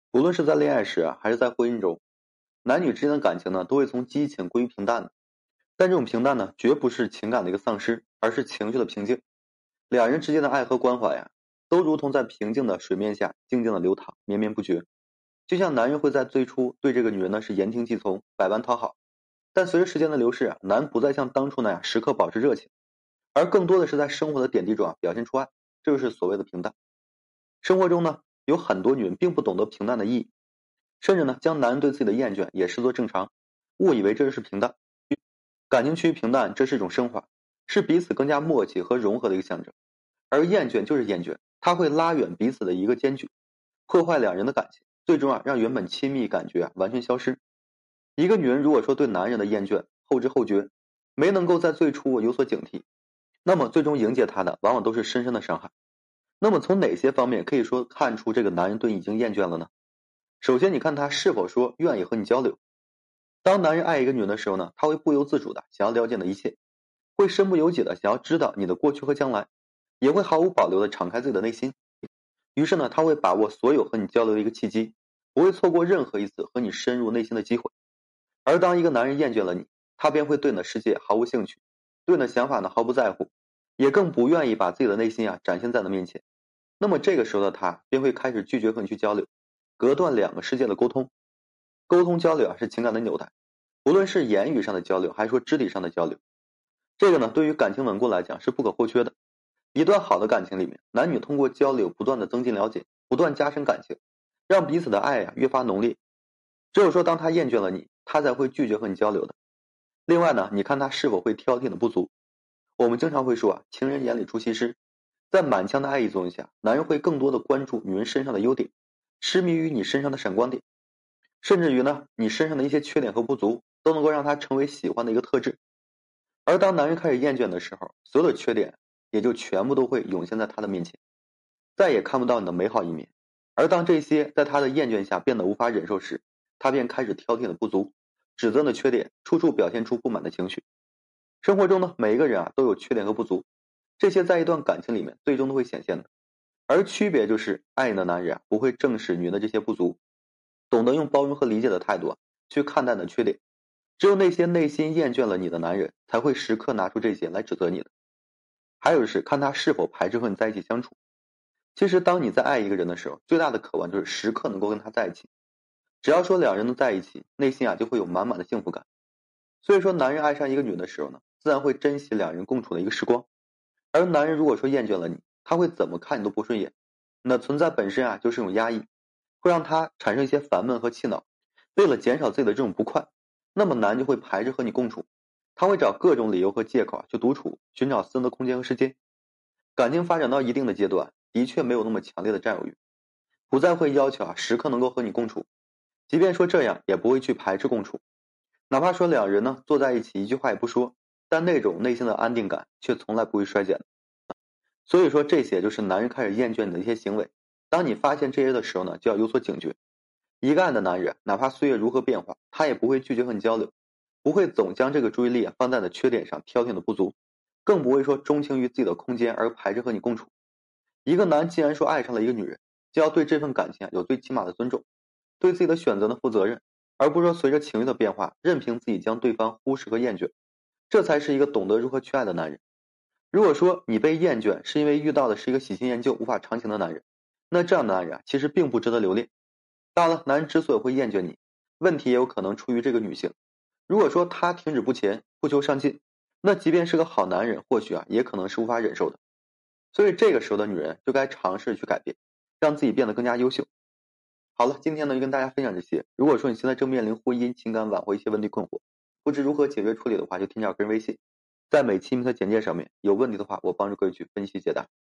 无论是在恋爱时还是在婚姻中，男女之间的感情呢，都会从激情归于平淡的。但这种平淡呢，绝不是情感的一个丧失，而是情绪的平静。两人之间的爱和关怀都如同在平静的水面下静静的流淌，绵绵不绝。就像男人会在最初对这个女人呢是言听计从，百般讨好，但随着时间的流逝男人不再像当初那样时刻保持热情，而更多的是在生活的点滴中表现出爱，这就是所谓的平淡。生活中呢，有很多女人并不懂得平淡的意义，甚至呢将男人对自己的厌倦也视作正常，误以为这是平淡。感情趋于平淡，这是一种升华，是彼此更加默契和融合的一个象征。而厌倦就是厌倦，它会拉远彼此的一个间距，破坏两人的感情，最终让原本亲密感觉完全消失。一个女人如果说对男人的厌倦后知后觉，没能够在最初有所警惕，那么最终迎接他的往往都是深深的伤害。那么从哪些方面可以说看出这个男人对你已经厌倦了呢？首先，你看他是否说愿意和你交流。当男人爱一个女人的时候呢，他会不由自主的想要了解你的一切，会身不由己的想要知道你的过去和将来，也会毫无保留的敞开自己的内心。于是呢，他会把握所有和你交流的一个契机，不会错过任何一次和你深入内心的机会。而当一个男人厌倦了你，他便会对你的世界毫无兴趣，对你的想法呢毫不在乎，也更不愿意把自己的内心展现在你的面前。那么这个时候的他便会开始拒绝和你去交流，隔断两个世界的沟通。沟通交流是情感的纽带，无论是言语上的交流还是说肢体上的交流，这个呢对于感情稳固来讲是不可或缺的。一段好的感情里面，男女通过交流不断的增进了解，不断加深感情，让彼此的爱越发浓烈。只有说当他厌倦了你，他才会拒绝和你交流的。另外呢，你看他是否会挑剔你的不足。我们经常会说情人眼里出西施，在满腔的爱意作用下，男人会更多的关注女人身上的优点，痴迷于你身上的闪光点，甚至于呢，你身上的一些缺点和不足都能够让他成为喜欢的一个特质。而当男人开始厌倦的时候，所有的缺点也就全部都会涌现在他的面前，再也看不到你的美好一面。而当这些在他的厌倦下变得无法忍受时，他便开始挑剔你的不足，指责你的缺点，处处表现出不满的情绪。生活中呢，每一个人都有缺点和不足，这些在一段感情里面最终都会显现的。而区别就是爱你的男人不会正视女人的这些不足，懂得用包容和理解的态度去看待你的缺点。只有那些内心厌倦了你的男人才会时刻拿出这些来指责你的。还有就是看他是否排斥和你在一起相处。其实当你在爱一个人的时候，最大的渴望就是时刻能够跟他在一起。只要说两人能在一起，内心就会有满满的幸福感。所以说男人爱上一个女人的时候呢，自然会珍惜两人共处的一个时光。而男人如果说厌倦了你，他会怎么看你都不顺眼。你的存在本身就是一种压抑，会让他产生一些烦闷和气恼。为了减少自己的这种不快，那么男人就会排斥和你共处，他会找各种理由和借口去独处，寻找私人的空间和时间。感情发展到一定的阶段，的确没有那么强烈的占有欲，不再会要求时刻能够和你共处，即便说这样也不会去排斥共处。哪怕说两人呢坐在一起一句话也不说，但那种内心的安定感却从来不会衰减。所以说这些就是男人开始厌倦你的一些行为。当你发现这些的时候呢，就要有所警觉。一个爱的男人，哪怕岁月如何变化，他也不会拒绝和你交流，不会总将这个注意力放在你的缺点上，挑剔你的不足，更不会说钟情于自己的空间而排斥和你共处。一个男既然说爱上了一个女人，就要对这份感情有最起码的尊重，对自己的选择呢负责任，而不是说随着情绪的变化，任凭自己将对方忽视和厌倦。这才是一个懂得如何去爱的男人。如果说你被厌倦是因为遇到的是一个喜新厌旧无法长情的男人，那这样的男人其实并不值得留恋。当然了，男人之所以会厌倦你，问题也有可能出于这个女性。如果说她停止不前，不求上进，那即便是个好男人，或许也可能是无法忍受的。所以这个时候的女人就该尝试去改变，让自己变得更加优秀。好了，今天呢就跟大家分享这些。如果说你现在正面临婚姻、情感挽回一些问题困惑，不知如何解决处理的话，就添加我个人微信，在每期的简介上面有问题的话，我帮助各位去分析解答。